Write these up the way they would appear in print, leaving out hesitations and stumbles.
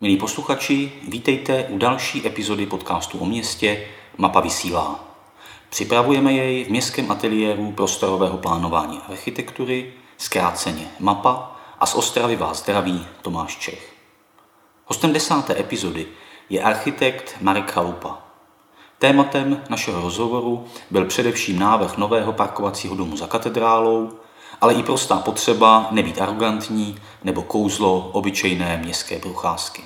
Milí posluchači, vítejte u další epizody podcastu o městě Mapa vysílá. Připravujeme jej v městském ateliéru prostorového plánování a architektury, zkráceně Mapa, a z Ostravy vás zdraví Tomáš Čech. Hostem 10. epizody je architekt Marek Chalupa. Tématem našeho rozhovoru byl především návrh nového parkovacího domu za katedrálou, ale i prostá potřeba nebýt arrogantní nebo kouzlo obyčejné městské procházky.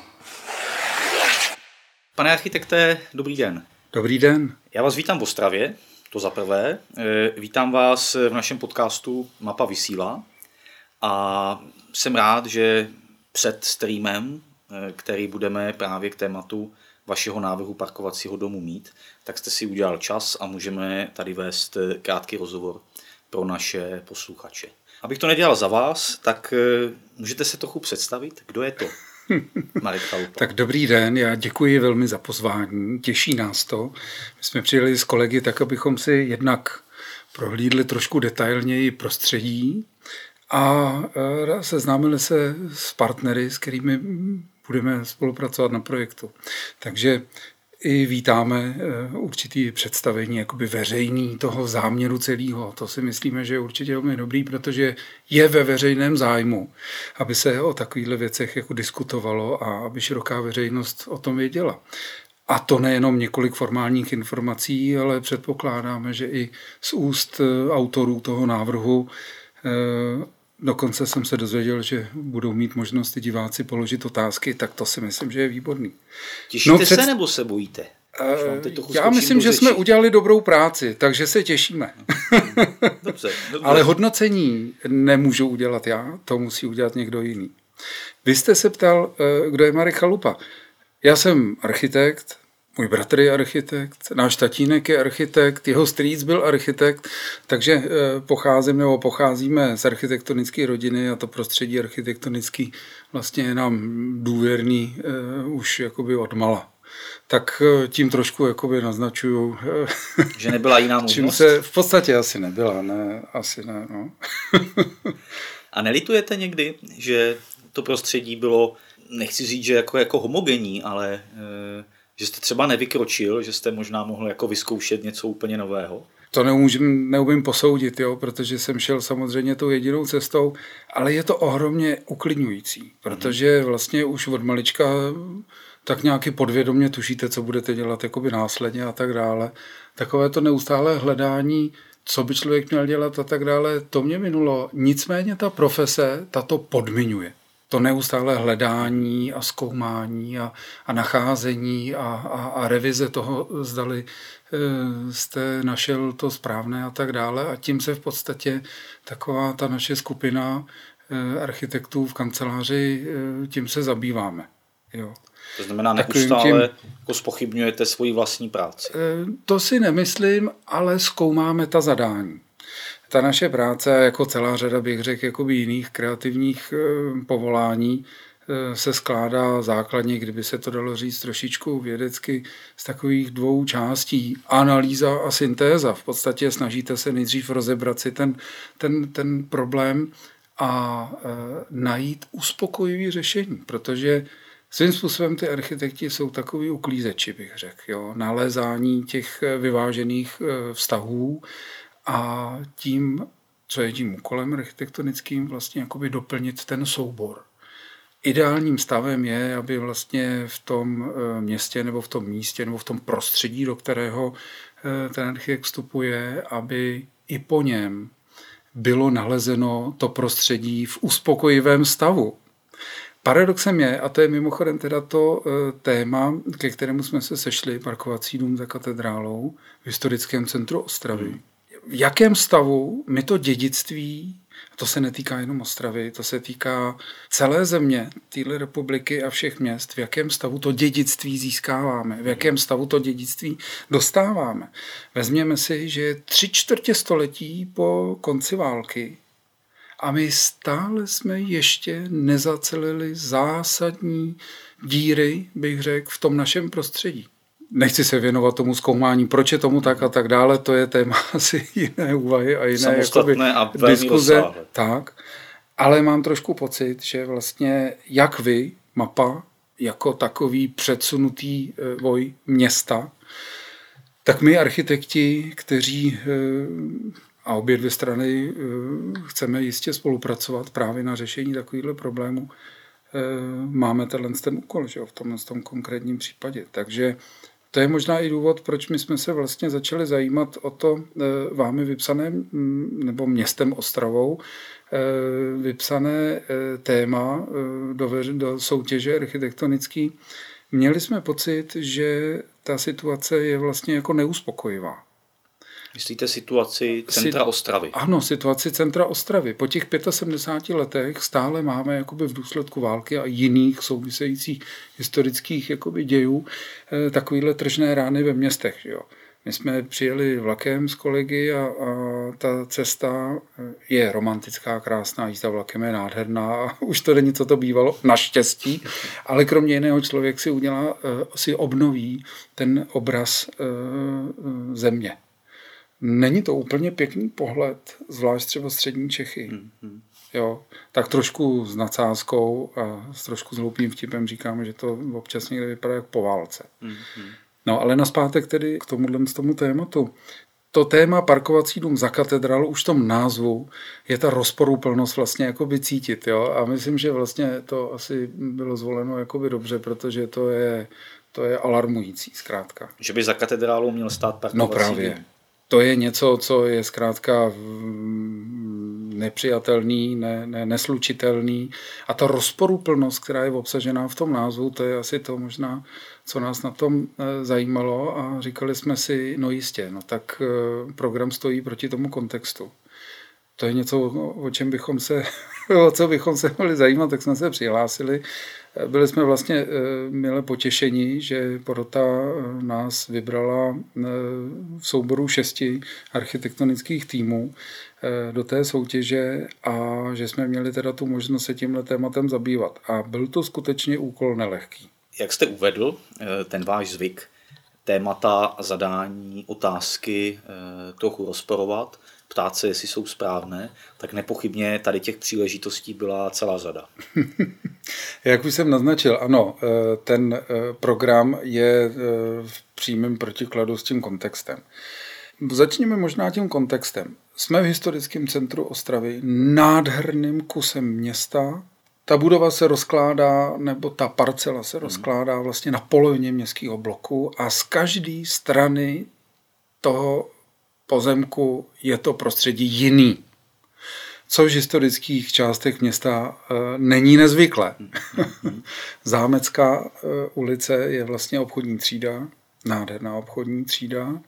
Pane architekte, dobrý den. Dobrý den. Já vás vítám v Ostravě, to za prvé. Vítám vás v našem podcastu Mapa vysílá a jsem rád, že před streamem, který budeme právě k tématu vašeho návrhu parkovacího domu mít, tak jste si udělal čas a můžeme tady vést krátký rozhovor pro naše posluchače. Abych to nedělal za vás, tak můžete se trochu představit, kdo je to Marek Chalupa? Tak dobrý den, já děkuji velmi za pozvání, těší nás to. My jsme přijeli s kolegy tak, abychom si jednak prohlídli trošku detailněji prostředí a seznámili se s partnery, s kterými budeme spolupracovat na projektu. Takže i vítáme určitý představení jakoby veřejný toho záměru celého. To si myslíme, že je určitě velmi dobrý, protože je ve veřejném zájmu, aby se o takovýchto věcech jako diskutovalo a aby široká veřejnost o tom věděla. A to nejenom několik formálních informací, ale předpokládáme, že i z úst autorů toho návrhu. Dokonce jsem se dozvěděl, že budou mít možnost i diváci položit otázky, tak to si myslím, že je výborný. Těšíte se nebo se bojíte? Já myslím, že jsme udělali dobrou práci, takže se těšíme. Dobře. Ale hodnocení nemůžu udělat já, to musí udělat někdo jiný. Vy jste se ptal, kdo je Marek Chalupa. Já jsem architekt, můj bratr je architekt, náš tatínek je architekt, jeho strýc byl architekt, takže pocházíme z architektonické rodiny a to prostředí architektonický vlastně je nám důvěrný už jakoby odmala. Tak tím trošku jakoby naznačuju. Že nebyla jiná možnost? V podstatě asi nebyla, asi ne. No. A nelitujete někdy, že to prostředí bylo, nechci říct, že jako homogenní, ale že jste třeba nevykročil, že jste možná mohl jako vyzkoušet něco úplně nového? To neumím posoudit, protože jsem šel samozřejmě tou jedinou cestou, ale je to ohromně uklidňující, protože vlastně už od malička tak nějaký podvědomě tušíte, co budete dělat jakoby následně a tak dále. Takové to neustálé hledání, co by člověk měl dělat a tak dále, to mě minulo. Nicméně ta profese, ta to podmiňuje. To neustálé hledání a zkoumání a nacházení a revize toho, zdali jste našel to správné a tak dále. A tím se v podstatě taková ta naše skupina architektů v kanceláři, tím se zabýváme. Jo. To znamená, neustále zpochybňujete svoji vlastní práci. To si nemyslím, ale zkoumáme ta zadání. Ta naše práce, jako celá řada, bych řekl, jakoby jiných kreativních povolání, se skládá základně, kdyby se to dalo říct trošičku vědecky, z takových dvou částí. Analýza a syntéza. V podstatě snažíte se nejdřív rozebrat si ten problém a najít uspokojivý řešení, protože svým způsobem ty architekti jsou takový uklízeči, bych řekl. Jo? Nalézání těch vyvážených vztahů a tím, co je tím úkolem architektonickým, vlastně jakoby doplnit ten soubor. Ideálním stavem je, aby vlastně v tom městě nebo v tom místě nebo v tom prostředí, do kterého ten architekt vstupuje, aby i po něm bylo nalezeno to prostředí v uspokojivém stavu. Paradoxem je, a to je mimochodem teda to téma, ke kterému jsme se sešli, parkovací dům za katedrálou v historickém centru Ostravy. V jakém stavu my to dědictví, to se netýká jenom Ostravy, to se týká celé země, téhle republiky a všech měst, v jakém stavu to dědictví získáváme, v jakém stavu to dědictví dostáváme. Vezměme si, že 3/4 století po konci války a my stále jsme ještě nezacelili zásadní díry, bych řekl, v tom našem prostředí. Nechci se věnovat tomu zkoumání, proč je tomu tak a tak dále, to je téma asi jiné úvahy a jiné diskuze. Tak, ale mám trošku pocit, že vlastně jak vy, Mapa, jako takový předsunutý voj města, tak my architekti, kteří a obě dvě strany chceme jistě spolupracovat právě na řešení takovýchto problémů, máme ten úkol, že jo, v tom konkrétním případě. Takže to je možná i důvod, proč my jsme se vlastně začali zajímat o to vámi vypsané, nebo městem Ostravou, vypsané téma do soutěže architektonický. Měli jsme pocit, že ta situace je vlastně jako neuspokojivá. Myslíte situaci centra Ostravy? Ano, situaci centra Ostravy. Po těch 75 letech stále máme jakoby v důsledku války a jiných souvisejících historických jakoby dějů takovýhle tržné rány ve městech. Jo. My jsme přijeli vlakem s kolegy a ta cesta je romantická, krásná, jízda vlakem je nádherná a už to není, co to bývalo, naštěstí, ale kromě jiného člověk si obnoví ten obraz země. Není to úplně pěkný pohled, zvlášť třeba střední Čechy. Jo, tak trošku s nadsázkou a s trošku s hloupým vtipem říkáme, že to občas někde vypadá jak po válce. No ale nazpátek tedy k tomu tématu. To téma parkovací dům za katedrálu už v tom názvu je ta rozporuplnost vlastně jakoby cítit. Jo? A myslím, že vlastně to asi bylo zvoleno jakoby dobře, protože to je alarmující zkrátka. Že by za katedrálou měl stát parkovací dům. No právě. To je něco, co je zkrátka nepřijatelný, neslučitelný. A ta rozporuplnost, která je obsažená v tom názvu, to je asi to možná, co nás na tom zajímalo a říkali jsme si, no jistě, no tak program stojí proti tomu kontextu. To je něco, o co bychom se mohli zajímat, tak jsme se přihlásili. Byli jsme vlastně mile potěšeni, že porota nás vybrala v souboru 6 architektonických týmů do té soutěže a že jsme měli teda tu možnost se tímhle tématem zabývat. A byl to skutečně úkol nelehký. Jak jste uvedl, ten váš zvyk, témata, zadání, otázky trochu rozporovat, ptát se, jestli jsou správné, tak nepochybně tady těch příležitostí byla celá řada. Jak už jsem naznačil, ano, ten program je v přímém protikladu s tím kontextem. Začněme možná tím kontextem. Jsme v historickém centru Ostravy, nádherným kusem města. Ta budova se rozkládá, nebo ta parcela se rozkládá vlastně na polovině městského bloku a z každé strany toho pozemku je to prostředí jiný, což v historických částech města není nezvyklé. Zámecká ulice je vlastně obchodní třída, nádherná obchodní třída,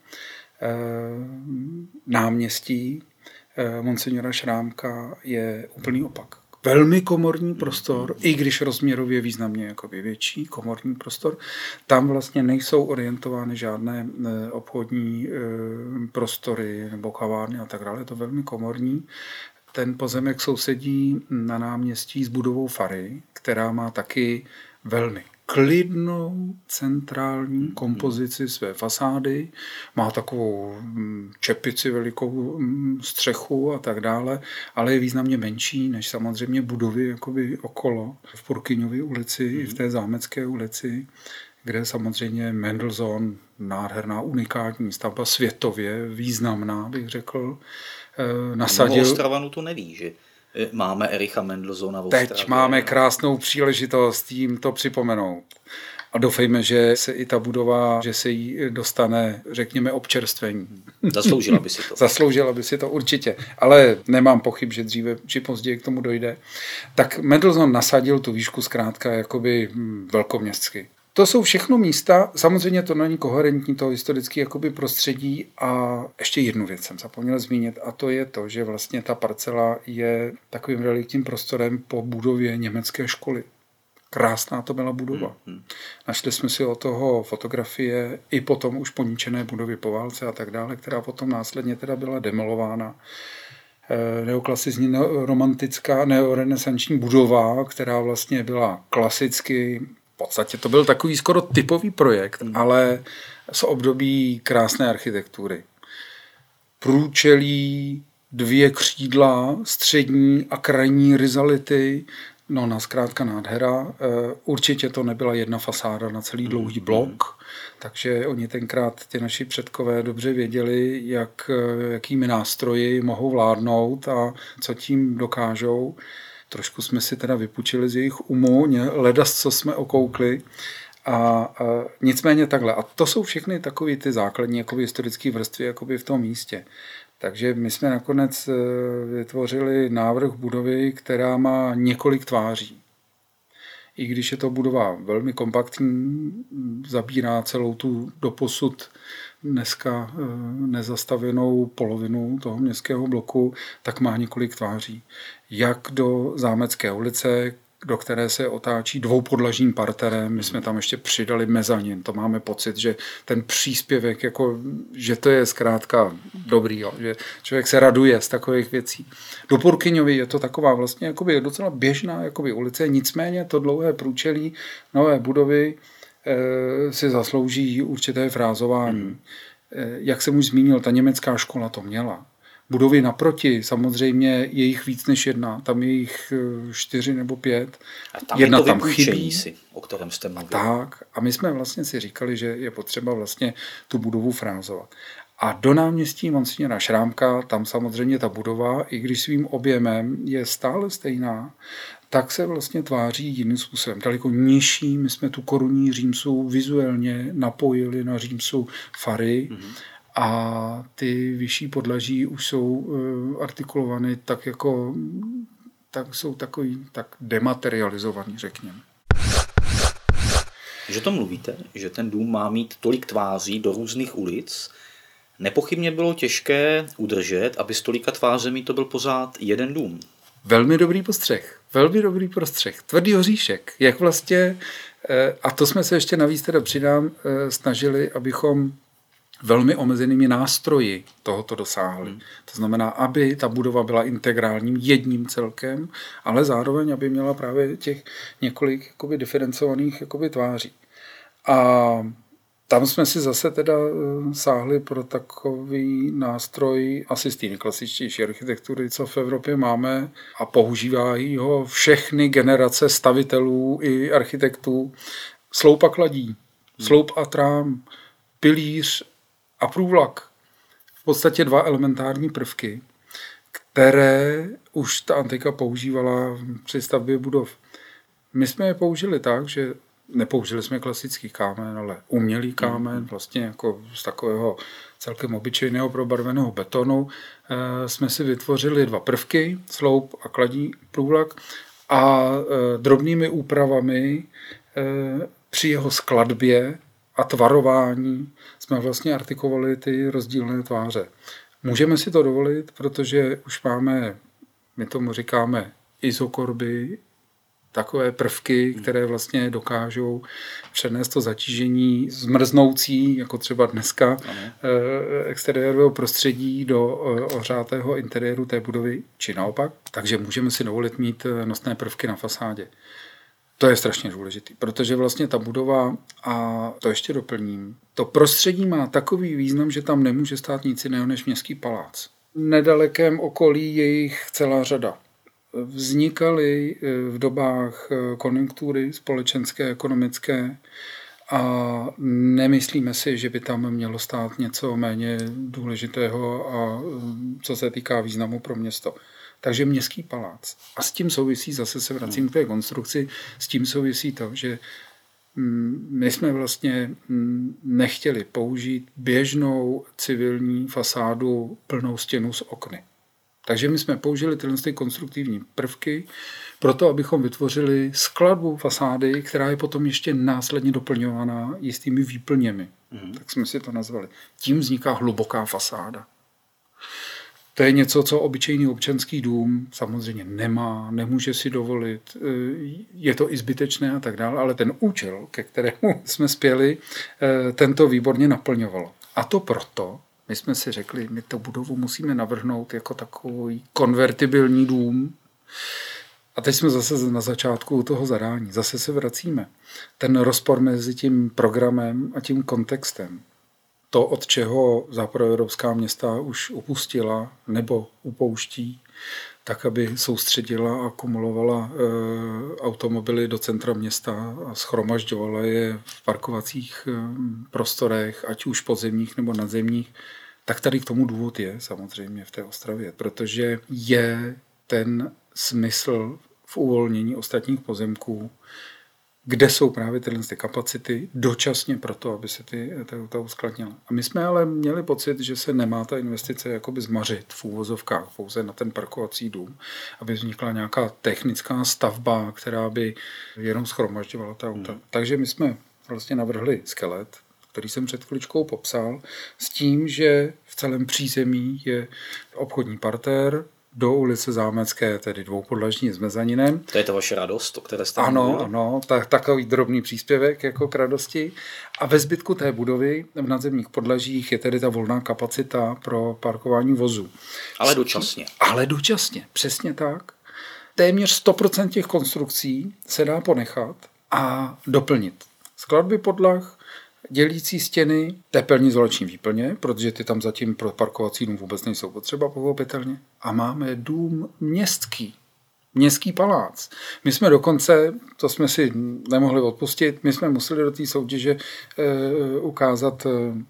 náměstí Monsignora Šrámka je úplný opak. Velmi komorní prostor, i když rozměrově významně jakoby větší komorní prostor. Tam vlastně nejsou orientovány žádné obchodní prostory nebo kavárny a tak dále. Je to velmi komorní. Ten pozemek sousedí na náměstí s budovou fary, která má taky velmi klidnou centrální kompozici své fasády, má takovou čepici, velikou střechu a tak dále, ale je významně menší než samozřejmě budovy jakoby okolo v Purkyňově ulici i v té Zámecké ulici, kde samozřejmě Mendelssohn, nádherná unikátní stavba, světově významná, bych řekl, nasadil. Mnoho Ostravanů to neví, že máme Ericha Mendelssohna v Ostravě. Teď máme krásnou příležitost jim to připomenout. A doufejme, že se i ta budova, že se jí dostane, řekněme, občerstvení. Zasloužila by si to. Zasloužila by si to určitě, ale nemám pochyb, že dříve či později k tomu dojde. Tak Mendelssohn nasadil tu výšku zkrátka jakoby velkoměstsky. To jsou všechno místa, samozřejmě to není koherentní, to historické jakoby prostředí a ještě jednu věc jsem zapomněl zmínit a to je to, že vlastně ta parcela je takovým reliktním prostorem po budově německé školy. Krásná to byla budova. Našli jsme si od toho fotografie i potom už poničené budovy po válce a tak dále, která potom následně teda byla demolována. Neoklasicní, romantická, neorenesanční budova, která vlastně byla klasicky, v podstatě to byl takový skoro typový projekt, ale z období krásné architektury. Průčelí, 2 křídla, střední a krajní rizality, No, zkrátka nádhera. Určitě to nebyla jedna fasáda na celý dlouhý blok, takže oni tenkrát, ty naši předkové, dobře věděli, jakými nástroji mohou vládnout a co tím dokážou. Trošku jsme si teda vypůjčili z jejich umu, ledas, co jsme okoukli. A nicméně takhle. A to jsou všechny takové ty základní historické vrstvy v tom místě. Takže my jsme nakonec vytvořili návrh budovy, která má několik tváří. I když je to budova velmi kompaktní, zabírá celou tu doposud dneska nezastavěnou polovinu toho městského bloku, tak má několik tváří. Jak do Zámecké ulice, do které se otáčí dvoupodlažním parterem. My jsme tam ještě přidali mezanin. To máme pocit, že ten příspěvek, že to je zkrátka dobrý, jo, že člověk se raduje z takových věcí. Do Purkyňovy je to taková vlastně docela běžná ulice, nicméně to dlouhé průčelí nové budovy si zaslouží určité frázování. Jak jsem už zmínil, ta německá škola to měla. Budovy naproti, samozřejmě je jich víc než jedna, tam je jich 4 nebo 5. A tam jedna je to tam chybí. o kterém jste mluvil. Tak, a my jsme vlastně si říkali, že je potřeba vlastně tu budovu frázovat. A do náměstí Monsignora Šrámka, tam samozřejmě ta budova, i když svým objemem je stále stejná, tak se vlastně tváří jiným způsobem. Daleko nižší, my jsme tu korunní římsu vizuálně napojili na římsu fary, a ty vyšší podlaží už jsou artikulovány tak jsou takový tak dematerializovaný, řekněme. Že to mluvíte, že ten dům má mít tolik tváří do různých ulic, nepochybně bylo těžké udržet, aby s tolika tvářemi to byl pořád jeden dům. Velmi dobrý postřeh. Tvrdý oříšek. Jak vlastně, a to jsme se ještě navíc teda přidám, snažili, abychom velmi omezenými nástroji tohoto dosáhli. To znamená, aby ta budova byla integrálním jedním celkem, ale zároveň, aby měla právě těch několik diferencovaných tváří. A tam jsme si zase teda sáhli pro takový nástroj asi z té nejklasičtější architektury, co v Evropě máme, a používají ho všechny generace stavitelů i architektů. Sloup a kladí, sloup a trám, pilíř a průvlak. V podstatě 2 elementární prvky, které už ta antika používala při stavbě budov. My jsme je použili tak, že nepoužili jsme klasický kámen, ale umělý kámen, vlastně z takového celkem obyčejného probarveného betonu. Jsme si vytvořili 2 prvky, sloup a kladí průvlak, a drobnými úpravami při jeho skladbě a tvarování jsme vlastně artikovali ty rozdílné tváře. Můžeme si to dovolit, protože už máme, my tomu říkáme izokorby, takové prvky, které vlastně dokážou přenést to zatížení zmrznoucí, jako třeba dneska, exteriérového prostředí do ohřátého interiéru té budovy, či naopak. Takže můžeme si dovolit mít nosné prvky na fasádě. To je strašně důležité, protože vlastně ta budova, a to ještě doplním, to prostředí má takový význam, že tam nemůže stát nic jiného než městský palác. V nedalekém okolí je jich celá řada. Vznikaly v dobách konjunktury společenské, ekonomické, a nemyslíme si, že by tam mělo stát něco méně důležitého, a co se týká významu pro město. Takže městský palác. A s tím souvisí, zase se vracím k té konstrukci, s tím souvisí to, že my jsme vlastně nechtěli použít běžnou civilní fasádu plnou stěnu s okny. Takže my jsme použili tyhle konstruktivní prvky proto, abychom vytvořili skladbu fasády, která je potom ještě následně doplňovaná jistými výplněmi. Tak jsme si to nazvali. Tím vzniká hluboká fasáda. To je něco, co obyčejný občanský dům samozřejmě nemá, nemůže si dovolit, je to i zbytečné a tak dále, ale ten účel, ke kterému jsme spěli, tento výborně naplňovalo. A to proto, my jsme si řekli, my tu budovu musíme navrhnout jako takový konvertibilní dům. A teď jsme zase na začátku toho zadání, zase se vracíme. Ten rozpor mezi tím programem a tím kontextem. to, od čeho západoevropská města už upustila nebo upouští, tak aby soustředila a kumulovala automobily do centra města a shromažďovala je v parkovacích prostorech, ať už podzemních nebo nadzemních, tak tady k tomu důvod je samozřejmě v té Ostravě, protože je ten smysl v uvolnění ostatních pozemků, kde jsou právě tyhle kapacity dočasně proto, aby se ta auta uskladnila. A my jsme ale měli pocit, že se nemá ta investice jakoby zmařit v úvozovkách pouze na ten parkovací dům, aby vznikla nějaká technická stavba, která by jenom shromažďovala ta auta. Takže my jsme vlastně navrhli skelet, který jsem před chviličkou popsal, s tím, že v celém přízemí je obchodní parter, do ulice Zámecké, tedy dvoupodlažní s mezaninem. To je to vaše radost, o které jste mluvil? Ano, takový drobný příspěvek jako k radosti. A ve zbytku té budovy v nadzemních podlažích je tedy ta volná kapacita pro parkování vozů. Ale dočasně. Ale dočasně, přesně tak. Téměř 100% těch konstrukcí se dá ponechat a doplnit. Skladby podlah, dělící stěny, tepelní izolační výplně, protože ty tam zatím pro parkovací dům vůbec nejsou potřeba, pochopitelně. A máme dům městský palác. My jsme dokonce, to jsme si nemohli odpustit, my jsme museli do té soutěže ukázat,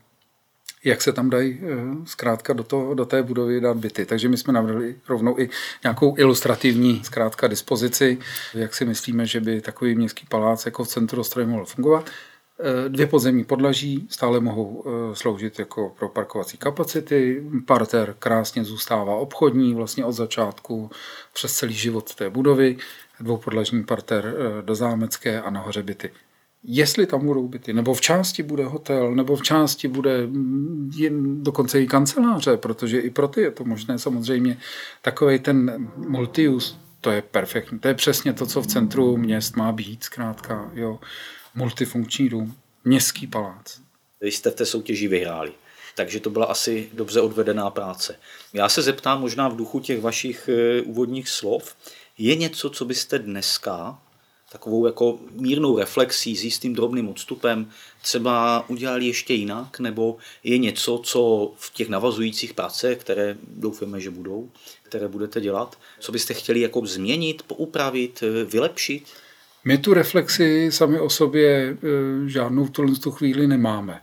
jak se tam dají zkrátka do té budovy dát byty. Takže my jsme navrhli rovnou i nějakou ilustrativní zkrátka dispozici, jak si myslíme, že by takový městský palác jako v centru Ostravy mohl fungovat. 2 podzemní podlaží stále mohou sloužit jako pro parkovací kapacity. Parter krásně zůstává obchodní vlastně od začátku přes celý život té budovy. 2podlažní parter do Zámecké a nahoře byty. Jestli tam budou byty, nebo v části bude hotel, nebo v části bude dokonce i kanceláře, protože i pro ty je to možné samozřejmě. Takovej ten multi-use, to je perfektní. To je přesně to, co v centru měst má být, zkrátka, jo. Multifunkční dům, městský palác. Vy jste v té soutěži vyhráli, takže to byla asi dobře odvedená práce. Já se zeptám možná v duchu těch vašich úvodních slov, je něco, co byste dneska takovou jako mírnou reflexí s jistým drobným odstupem třeba udělali ještě jinak, nebo je něco, co v těch navazujících pracech, které doufáme, že budou, které budete dělat, co byste chtěli jako změnit, poupravit, vylepšit? My tu reflexi sami o sobě žádnou v tu chvíli nemáme.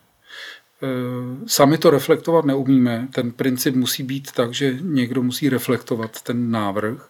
Sami to reflektovat neumíme. Ten princip musí být tak, že někdo musí reflektovat ten návrh.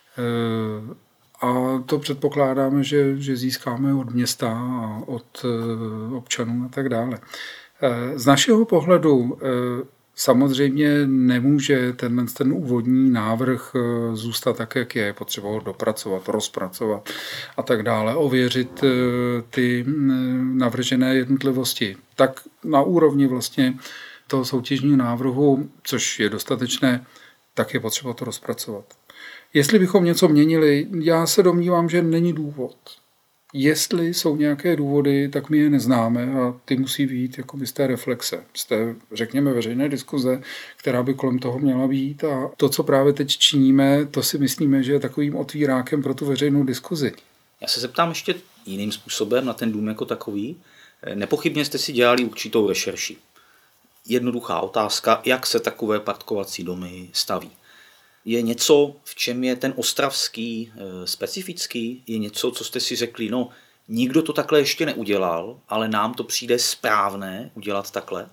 A to předpokládáme, že získáme od města a od občanů a tak dále. Z našeho pohledu samozřejmě nemůže ten úvodní návrh zůstat tak, jak je. Potřeba ho dopracovat, rozpracovat a tak dále, ověřit ty navržené jednotlivosti. Tak na úrovni vlastně toho soutěžního návrhu, což je dostatečné, tak je potřeba to rozpracovat. Jestli bychom něco měnili, já se domnívám, že není důvod. Jestli jsou nějaké důvody, tak my je neznáme a ty musí být jako z té reflexe, z té, řekněme, veřejné diskuze, která by kolem toho měla být. A to, co právě teď činíme, to si myslíme, že je takovým otvírákem pro tu veřejnou diskuzi. Já se zeptám ještě jiným způsobem na ten dům jako takový. Nepochybně jste si dělali určitou rešerši. Jednoduchá otázka, jak se takové parkovací domy staví. Je něco, v čem je ten ostravský specifický? Je něco, co jste si řekli, no nikdo to takhle ještě neudělal, ale nám to přijde správné udělat takhle?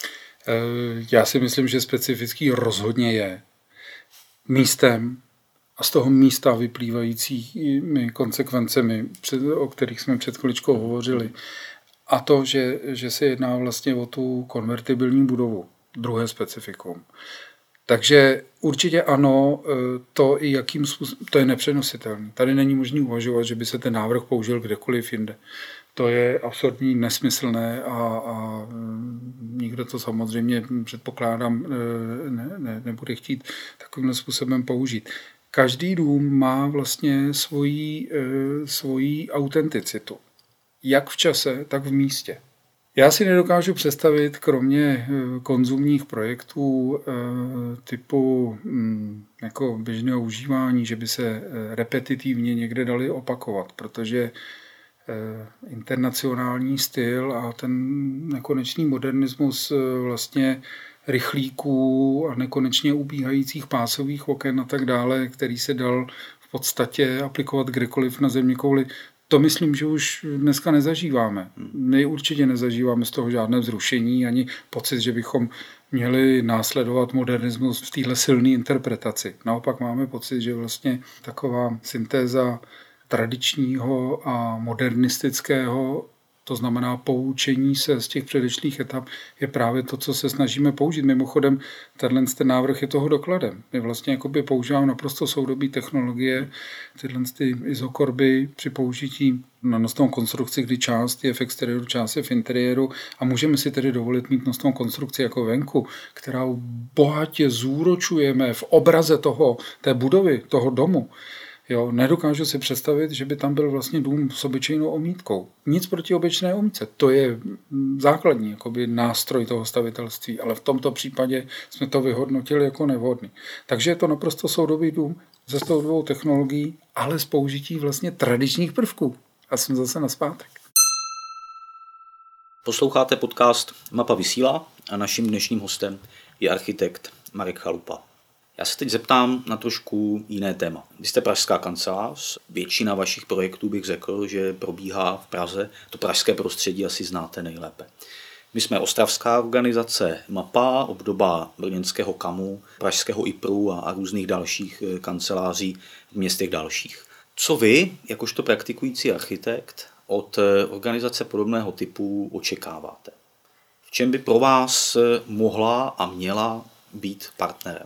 Já si myslím, že specifický rozhodně je místem a z toho místa vyplývajícími konsekvencemi, o kterých jsme před chviličkou hovořili. A to, že se jedná vlastně o tu konvertibilní budovu, druhé specifikum. Takže určitě ano, to i jakým způsobem, to je nepřenositelné. Tady není možné uvažovat, že by se ten návrh použil kdekoliv jinde. To je absurdní, nesmyslné a nikdo to samozřejmě, předpokládám, nebude chtít takovým způsobem použít. Každý dům má vlastně svoji autenticitu. Jak v čase, tak v místě. Já si nedokážu představit, kromě konzumních projektů typu jako běžného užívání, že by se repetitivně někde dali opakovat, protože internacionální styl a ten nekonečný modernismus vlastně rychlíků a nekonečně ubíhajících pásových oken a tak dále, který se dal v podstatě aplikovat kdekoliv na zeměkouli. To myslím, že už dneska nezažíváme. My určitě nezažíváme z toho žádné vzrušení ani pocit, že bychom měli následovat modernismus v téhle silné interpretaci. Naopak máme pocit, že vlastně taková syntéza tradičního a modernistického, to znamená poučení se z těch předešlých etap, je právě to, co se snažíme použít. Mimochodem, ten návrh je toho dokladem. My vlastně používáme naprosto soudobé technologie, tyhle izokorby při použití na nosnou konstrukci, kdy část je v exteriéru, část je v interiéru a můžeme si tedy dovolit mít nosnou konstrukci jako venku, kterou bohatě zúročujeme v obraze té budovy, toho domu. Jo, nedokážu si představit, že by tam byl vlastně dům s obyčejnou omítkou. Nic proti obyčejné omítce. To je základní nástroj toho stavitelství, ale v tomto případě jsme to vyhodnotili jako nevhodný. Takže je to naprosto soudobý dům se soudobou technologií, ale s použití vlastně tradičních prvků. A jsem zase nazpátek. Posloucháte podcast Mapa vysílá a naším dnešním hostem je architekt Marek Chalupa. Já se teď zeptám na trošku jiné téma. Vy jste pražská kancelář, většina vašich projektů bych řekl, že probíhá v Praze. To pražské prostředí asi znáte nejlépe. My jsme ostravská organizace Mapa, obdoba brněnského KAMu, pražského IPRu a různých dalších kanceláří v městech dalších. Co vy, jakožto praktikující architekt, od organizace podobného typu očekáváte? V čem by pro vás mohla a měla být partnerem?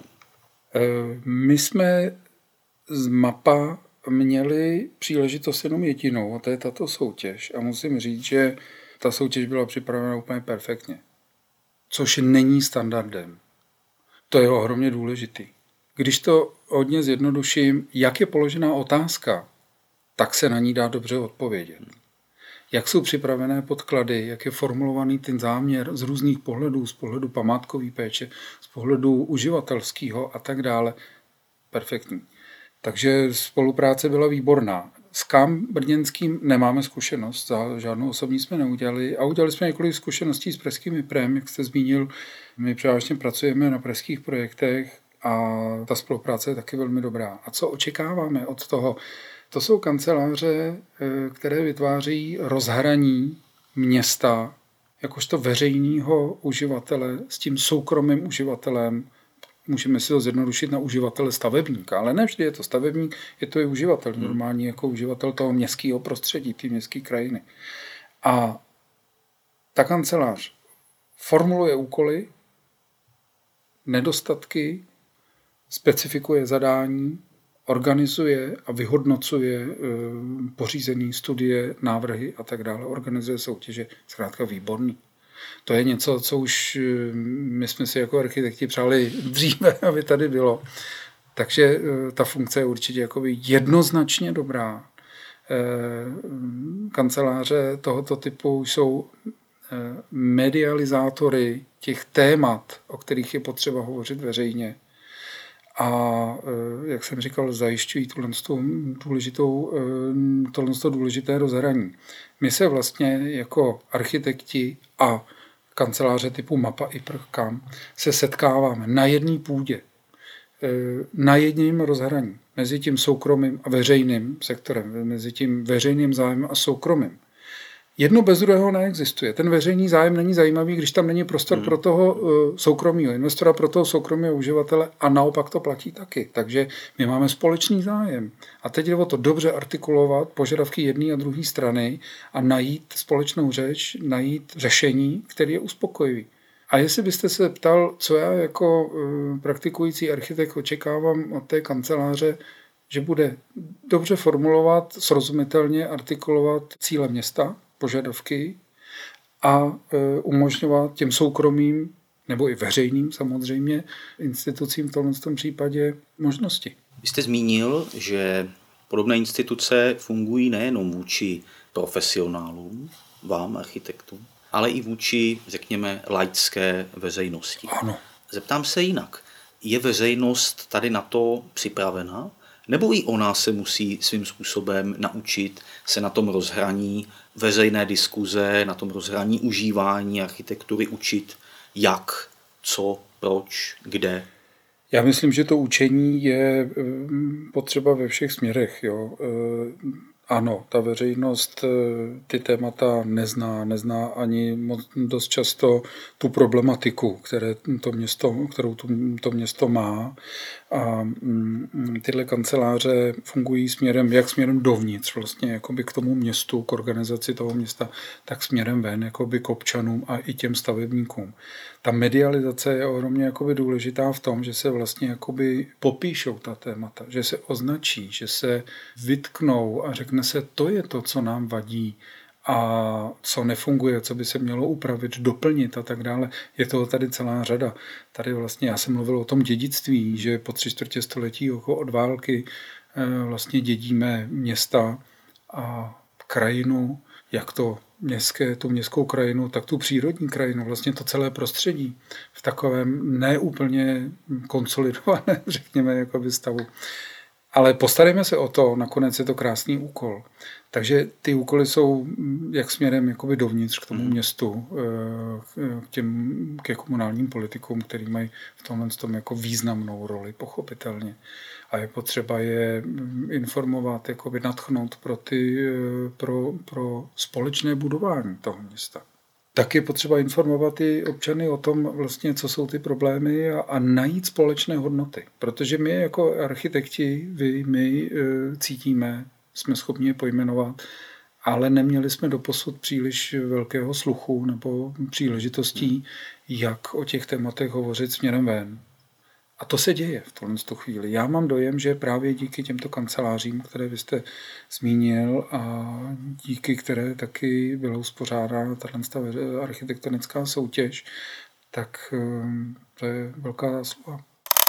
My jsme z Mapa měli příležitost jenom jedinou, a to je tato soutěž. A musím říct, že ta soutěž byla připravena úplně perfektně. Což není standardem. To je ohromně důležitý. Když to hodně zjednoduším, jak je položená otázka, tak se na ní dá dobře odpovědět. Jak jsou připravené podklady, jak je formulovaný ten záměr z různých pohledů, z pohledu památkové péče, z pohledu uživatelského a tak dále. Perfektní. Takže spolupráce byla výborná. S KAM brněnským nemáme zkušenost, žádnou osobní jsme neudělali a udělali jsme několik zkušeností s pražským IPRem, jak jste zmínil. My převážně pracujeme na pražských projektech a ta spolupráce je taky velmi dobrá. A co očekáváme od toho? To jsou kanceláře, které vytváří rozhraní města jakožto veřejného uživatele s tím soukromým uživatelem. Můžeme si to zjednodušit na uživatele stavebníka, ale ne vždy je to stavebník, je to i uživatel, normální jako uživatel toho městského prostředí, té městské krajiny. A ta kancelář formuluje úkoly, nedostatky, specifikuje zadání, organizuje a vyhodnocuje pořízené studie, návrhy a tak dále, organizuje soutěže, zkrátka výborný. To je něco, co už my jsme si jako architekti přáli dříve, aby tady bylo. Takže ta funkce je určitě jednoznačně dobrá. Kanceláře tohoto typu jsou medializátory těch témat, o kterých je potřeba hovořit veřejně. A jak jsem říkal, zajišťují tohle důležité rozhraní. My se vlastně jako architekti a kanceláře typu Mapa i KAM se setkáváme na jedné půdě, na jedním rozhraní, mezi tím soukromým a veřejným sektorem, mezi tím veřejným zájmem a soukromým. Jedno bez druhého neexistuje. Ten veřejný zájem není zajímavý, když tam není prostor pro toho soukromého investora, pro toho soukromého uživatele a naopak to platí taky. Takže my máme společný zájem. A teď jde o to dobře artikulovat požadavky jedné a druhé strany a najít společnou řeč, najít řešení, které je uspokojivý. A jestli byste se ptal, co já jako praktikující architekt očekávám od té kanceláře, že bude dobře formulovat, srozumitelně artikulovat cíle města, požadavky a umožňovat těm soukromým nebo i veřejným samozřejmě institucím v tomto případě možnosti. Vy jste zmínil, že podobné instituce fungují nejenom vůči profesionálům, vám, architektům, ale i vůči, řekněme, laické veřejnosti. Ano. Zeptám se jinak. Je veřejnost tady na to připravena? Nebo i ona se musí svým způsobem naučit se na tom rozhraní veřejné diskuze, na tom rozhraní užívání architektury učit, jak, co, proč, kde? Já myslím, že to učení je potřeba ve všech směrech. Jo. Ano, ta veřejnost ty témata nezná ani moc dost často tu problematiku, kterou to město má. A tyhle kanceláře fungují jak směrem dovnitř, vlastně jakoby k tomu městu, k organizaci toho města, tak směrem ven, jakoby k občanům a i těm stavebníkům. Ta medializace je ohromně jakoby důležitá v tom, že se vlastně jakoby popíšou ta témata, že se označí, že se vytknou a řekne se, to je to, co nám vadí a co nefunguje, co by se mělo upravit, doplnit a tak dále. Je toho tady celá řada. Tady vlastně já jsem mluvil o tom dědictví, že po 3/4 století od války vlastně dědíme města a krajinu, jak to tu městskou krajinu, tak tu přírodní krajinu, vlastně to celé prostředí v takovém neúplně konsolidovaném, řekněme, jakoby stavu. Ale postarejme se o to, nakonec je to krásný úkol. Takže ty úkoly jsou jak směrem jakoby dovnitř k tomu městu, ke komunálním politikům, který mají v tomhle tom jako významnou roli, pochopitelně. A je potřeba je informovat, jakoby nadchnout pro společné budování toho města. Tak je potřeba informovat i občany o tom, vlastně, co jsou ty problémy a najít společné hodnoty. Protože my jako architekti, my cítíme, jsme schopni je pojmenovat, ale neměli jsme doposud příliš velkého sluchu nebo příležitostí, jak o těch tématech hovořit směrem ven. A to se děje v tomhle chvíli. Já mám dojem, že právě díky těmto kancelářím, které vy jste zmínil a díky které taky byla uspořádána tato architektonická soutěž, tak to je velká zásluha.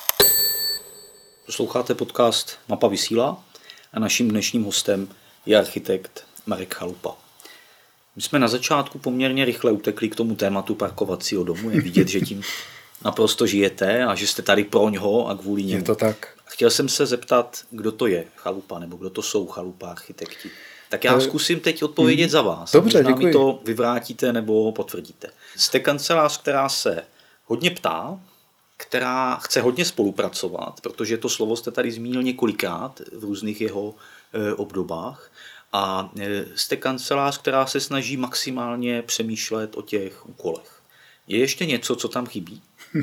Posloucháte podcast Mapa vysílá a naším dnešním hostem je architekt Marek Chalupa. My jsme na začátku poměrně rychle utekli k tomu tématu parkovacího domu. Je vidět, že tím naprosto žijete a že jste tady pro něho a kvůli němu. Je to tak. Chtěl jsem se zeptat, kdo to je Chalupa, nebo kdo to jsou Chalupa architekti. Tak já zkusím teď odpovědět za vás. Dobře, možná děkuji. mi to vyvrátíte nebo potvrdíte. Jste kancelář, která se hodně ptá, která chce hodně spolupracovat, protože to slovo jste tady zmínil několikrát v různých jeho obdobách. A jste kancelář, která se snaží maximálně přemýšlet o těch úkolech. Je ještě něco, co tam chybí?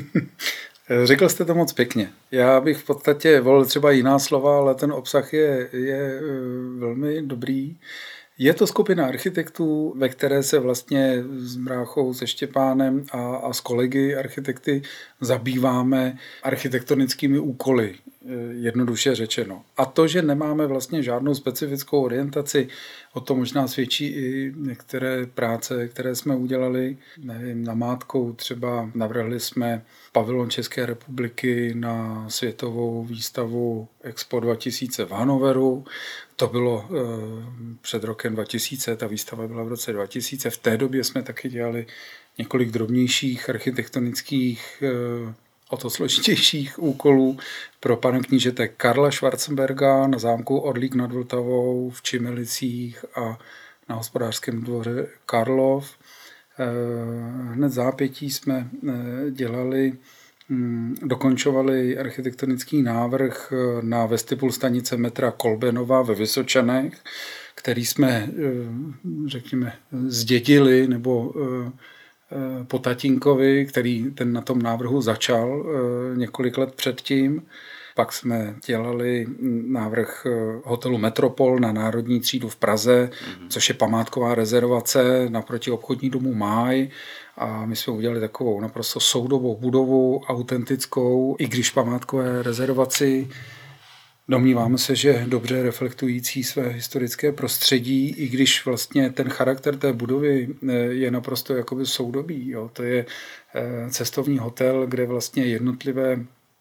Řekl jste to moc pěkně. Já bych v podstatě volil třeba jiná slova, ale ten obsah je velmi dobrý. Je to skupina architektů, ve které se vlastně s bráchou, se Štěpánem a s kolegy architekty zabýváme architektonickými úkoly, jednoduše řečeno. A to, že nemáme vlastně žádnou specifickou orientaci, o tom možná svědčí i některé práce, které jsme udělali. Nevím, namátkou třeba navrhli jsme pavilon České republiky na světovou výstavu Expo 2000 v Hannoveru. To bylo před rokem 2000, ta výstava byla v roce 2000. V té době jsme taky dělali několik drobnějších architektonických, o to složitějších úkolů pro pana knížete Karla Schwarzenberga na zámku Orlík nad Vltavou, v Čimelicích a na hospodářském dvoře Karlov. Hned zápětí jsme dokončovali architektonický návrh na vestibul stanice metra Kolbenova ve Vysočanech, který jsme, řekněme, zdědili nebo po tatínkovi, který ten na tom návrhu začal několik let předtím. Pak jsme dělali návrh hotelu Metropol na Národní třídu v Praze, což je památková rezervace naproti obchodní domu Máj. A my jsme udělali takovou naprosto soudobou budovu, autentickou, i když památkové rezervaci. Domníváme se, že dobře reflektující své historické prostředí, i když vlastně ten charakter té budovy je naprosto jakoby soudobý. Jo. To je cestovní hotel, kde vlastně jednotlivé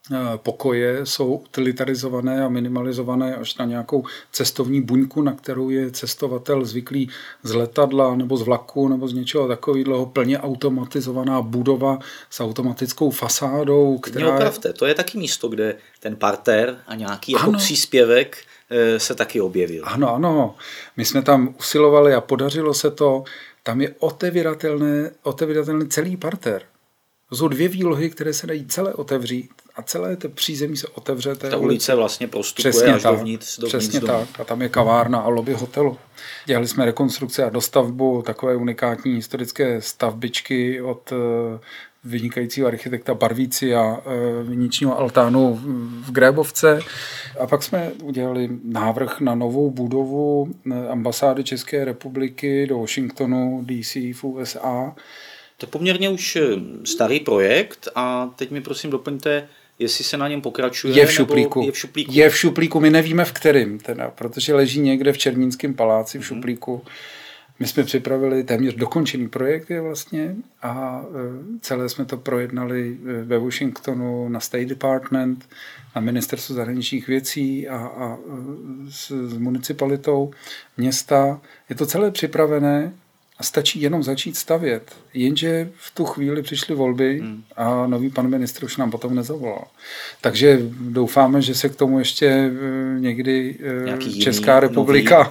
pokoje jsou utilitarizované a minimalizované až na nějakou cestovní buňku, na kterou je cestovatel zvyklý z letadla nebo z vlaku nebo z něčeho takového, plně automatizovaná budova s automatickou fasádou. Která... Opravte, to je taky místo, kde ten parter a nějaký jako příspěvek se taky objevil. Ano. My jsme tam usilovali a podařilo se to. Tam je otevíratelný celý parter. To jsou 2 výlohy, které se dají celé otevřít a celé to přízemí se otevře. Ta ulice vlastně prostupuje až dovnitř. Přesně tak. A tam je kavárna a lobby hotelu. Dělali jsme rekonstrukci a dostavbu takové unikátní historické stavbičky od vynikajícího architekta Barvíci a viničního altánu v Grébovce. A pak jsme udělali návrh na novou budovu ambasády České republiky do Washingtonu, DC v USA. To je poměrně už starý projekt a teď mi prosím doplňte, jestli se na něm pokračuje. Je v šuplíku. Je v šuplíku, my nevíme v kterým, teda, protože leží někde v Černínském paláci v šuplíku. My jsme připravili téměř dokončený projekt vlastně a celé jsme to projednali ve Washingtonu na State Department, na ministerstvu zahraničních věcí a s municipalitou města. Je to celé připravené a stačí jenom začít stavět. Jenže v tu chvíli přišly volby a nový pan ministr už nám potom nezavolal. Takže doufáme, že se k tomu ještě někdy Česká republika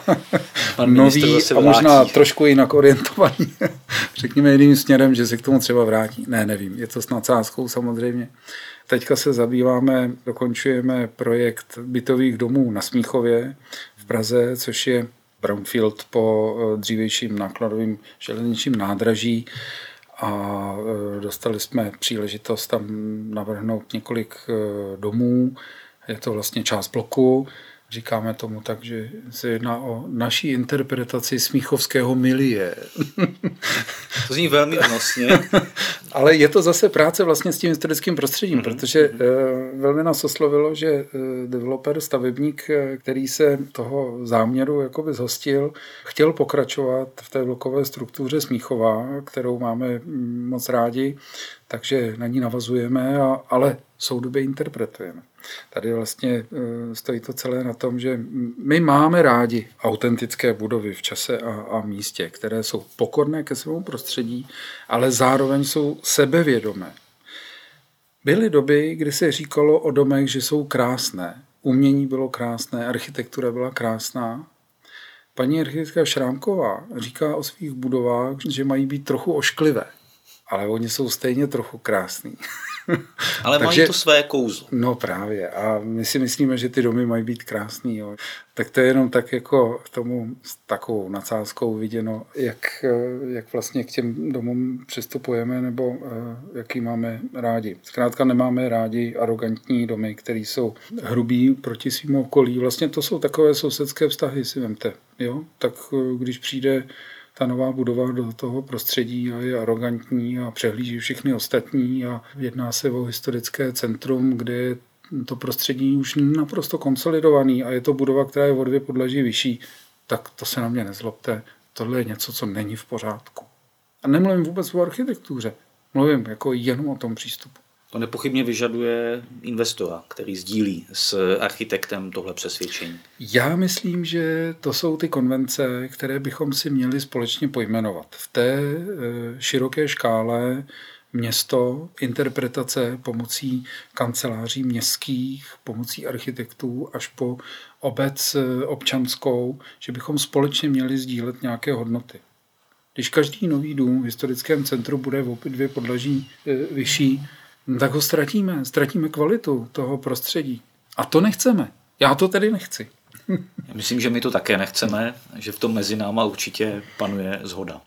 nový a možná trošku jinak orientovaný, řekněme jiným směrem, že se k tomu třeba vrátí. Ne, nevím, je to s nadsázkou samozřejmě. Teďka se dokončujeme projekt bytových domů na Smíchově v Praze, což je brownfield po dřívějším nákladovým železničním nádraží a dostali jsme příležitost tam navrhnout několik domů. Je to vlastně část bloku. Říkáme tomu tak, že se jedná o naší interpretaci smíchovského milie. To zní velmi odnosně. Ale je to zase práce vlastně s tím historickým prostředím, protože velmi nás oslovilo, že developer, stavebník, který se toho záměru jakoby zhostil, chtěl pokračovat v té blokové struktuře Smíchova, kterou máme moc rádi, takže na ní navazujeme, ale soudobě interpretujeme. Tady vlastně stojí to celé na tom, že my máme rádi autentické budovy v čase a místě, které jsou pokorné ke svému prostředí, ale zároveň jsou sebevědomé. Byly doby, kdy se říkalo o domech, že jsou krásné. Umění bylo krásné, architektura byla krásná. Paní architektka Šrámková říká o svých budovách, že mají být trochu ošklivé. Ale oni jsou stejně trochu krásný. Ale mají to své kouzlo. No právě. A my si myslíme, že ty domy mají být krásný. Jo. Tak to je jenom tak jako k tomu s takovou nadsázkou viděno, jak vlastně k těm domům přistupujeme nebo jaký máme rádi. Zkrátka nemáme rádi arrogantní domy, které jsou hrubý proti svým okolí. Vlastně to jsou takové sousedské vztahy, si vemte. Jo? Tak když přijde ta nová budova do toho prostředí a je arrogantní a přehlíží všechny ostatní a jedná se o historické centrum, kde je to prostředí už naprosto konsolidovaný a je to budova, která je o 2 podlaží vyšší, tak to se na mě nezlobte. Tohle je něco, co není v pořádku. A nemluvím vůbec o architektuře. Mluvím jako jenom o tom přístupu. To nepochybně vyžaduje investora, který sdílí s architektem tohle přesvědčení. Já myslím, že to jsou ty konvence, které bychom si měli společně pojmenovat. V té široké škále město, interpretace pomocí kanceláří městských, pomocí architektů až po obec občanskou, že bychom společně měli sdílet nějaké hodnoty. Když každý nový dům v historickém centru bude o 2 podlaží vyšší, tak ho ztratíme kvalitu toho prostředí. A to nechceme. Já to tedy nechci. Já myslím, že my to také nechceme, že v tom mezi náma určitě panuje shoda.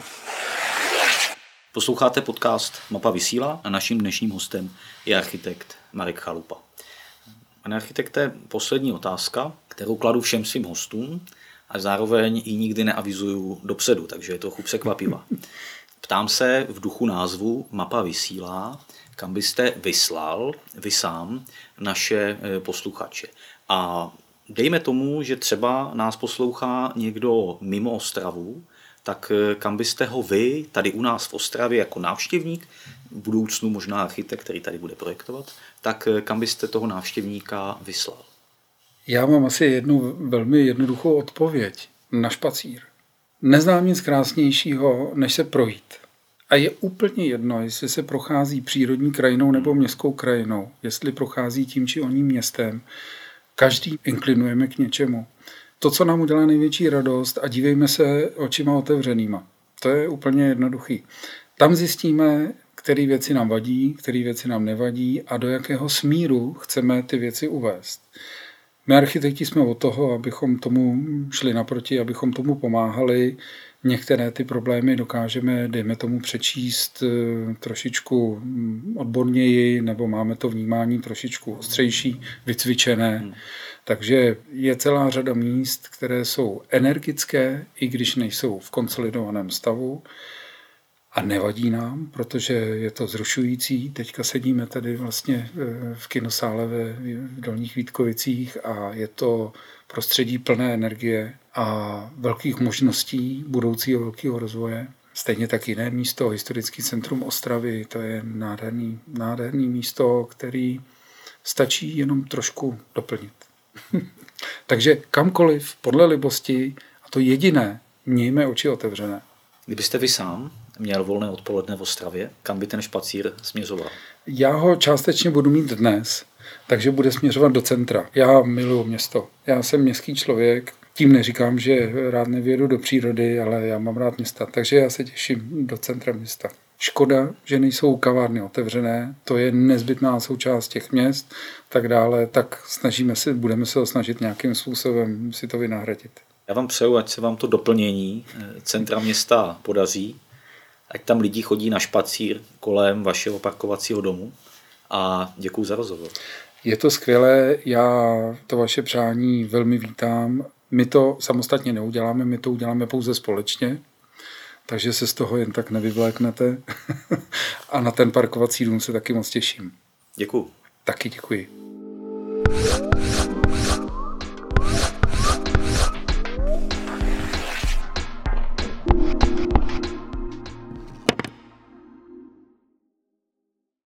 Posloucháte podcast Mapa vysílá a naším dnešním hostem je architekt Marek Chalupa. Pane architekte, poslední otázka, kterou kladu všem svým hostům a zároveň ji nikdy neavizuju dopředu, takže je trochu překvapivá. Ptám se v duchu názvu Mapa vysílá, kam byste vyslal vy sám naše posluchače. A dejme tomu, že třeba nás poslouchá někdo mimo Ostravu, tak kam byste ho vy tady u nás v Ostravě jako návštěvník, v budoucnu možná architekt, který tady bude projektovat, tak kam byste toho návštěvníka vyslal? Já mám asi jednu velmi jednoduchou odpověď. Na špacír. Neznám nic krásnějšího, než se projít. A je úplně jedno, jestli se prochází přírodní krajinou nebo městskou krajinou, jestli prochází tím či oním městem. Každý inklinujeme k něčemu. To, co nám udělá největší radost, a dívejme se očima otevřenýma. To je úplně jednoduchý. Tam zjistíme, které věci nám vadí, které věci nám nevadí a do jakého smíru chceme ty věci uvést. My architekti jsme od toho, abychom tomu šli naproti, abychom tomu pomáhali. Některé ty problémy dokážeme, dejme tomu, přečíst trošičku odborněji, nebo máme to vnímání trošičku ostřejší, vycvičené. Takže je celá řada míst, které jsou energické, i když nejsou v konsolidovaném stavu. A nevadí nám, protože je to zrušující. Teďka sedíme tady vlastně v kinosále v Dolních Vítkovicích a je to prostředí plné energie a velkých možností budoucího velkého rozvoje. Stejně tak jiné místo, historický centrum Ostravy, to je nádherný místo, který stačí jenom trošku doplnit. Takže kamkoliv, podle libosti, a to jediné, mějme oči otevřené. Kdybyste vy sám měl volné odpoledne v Ostravě, kam by ten špacír směřoval? Já ho částečně budu mít dnes, takže bude směřovat do centra. Já miluji město. Já jsem městský člověk, tím neříkám, že rád nevědu do přírody, ale já mám rád města, takže já se těším do centra města. Škoda, že nejsou kavárny otevřené, to je nezbytná součást těch měst, tak dále, tak budeme se snažit nějakým způsobem si to vynahradit. Já vám přeju, ať se vám to doplnění centra města podaří, ať tam lidi chodí na špacír kolem vašeho parkovacího domu a děkuju za rozhovor. Je to skvělé, já to vaše přání velmi vítám. My to samostatně neuděláme, my to uděláme pouze společně, takže se z toho jen tak nevyvléknete a na ten parkovací dům se taky moc těším. Děkuju. Taky děkuji.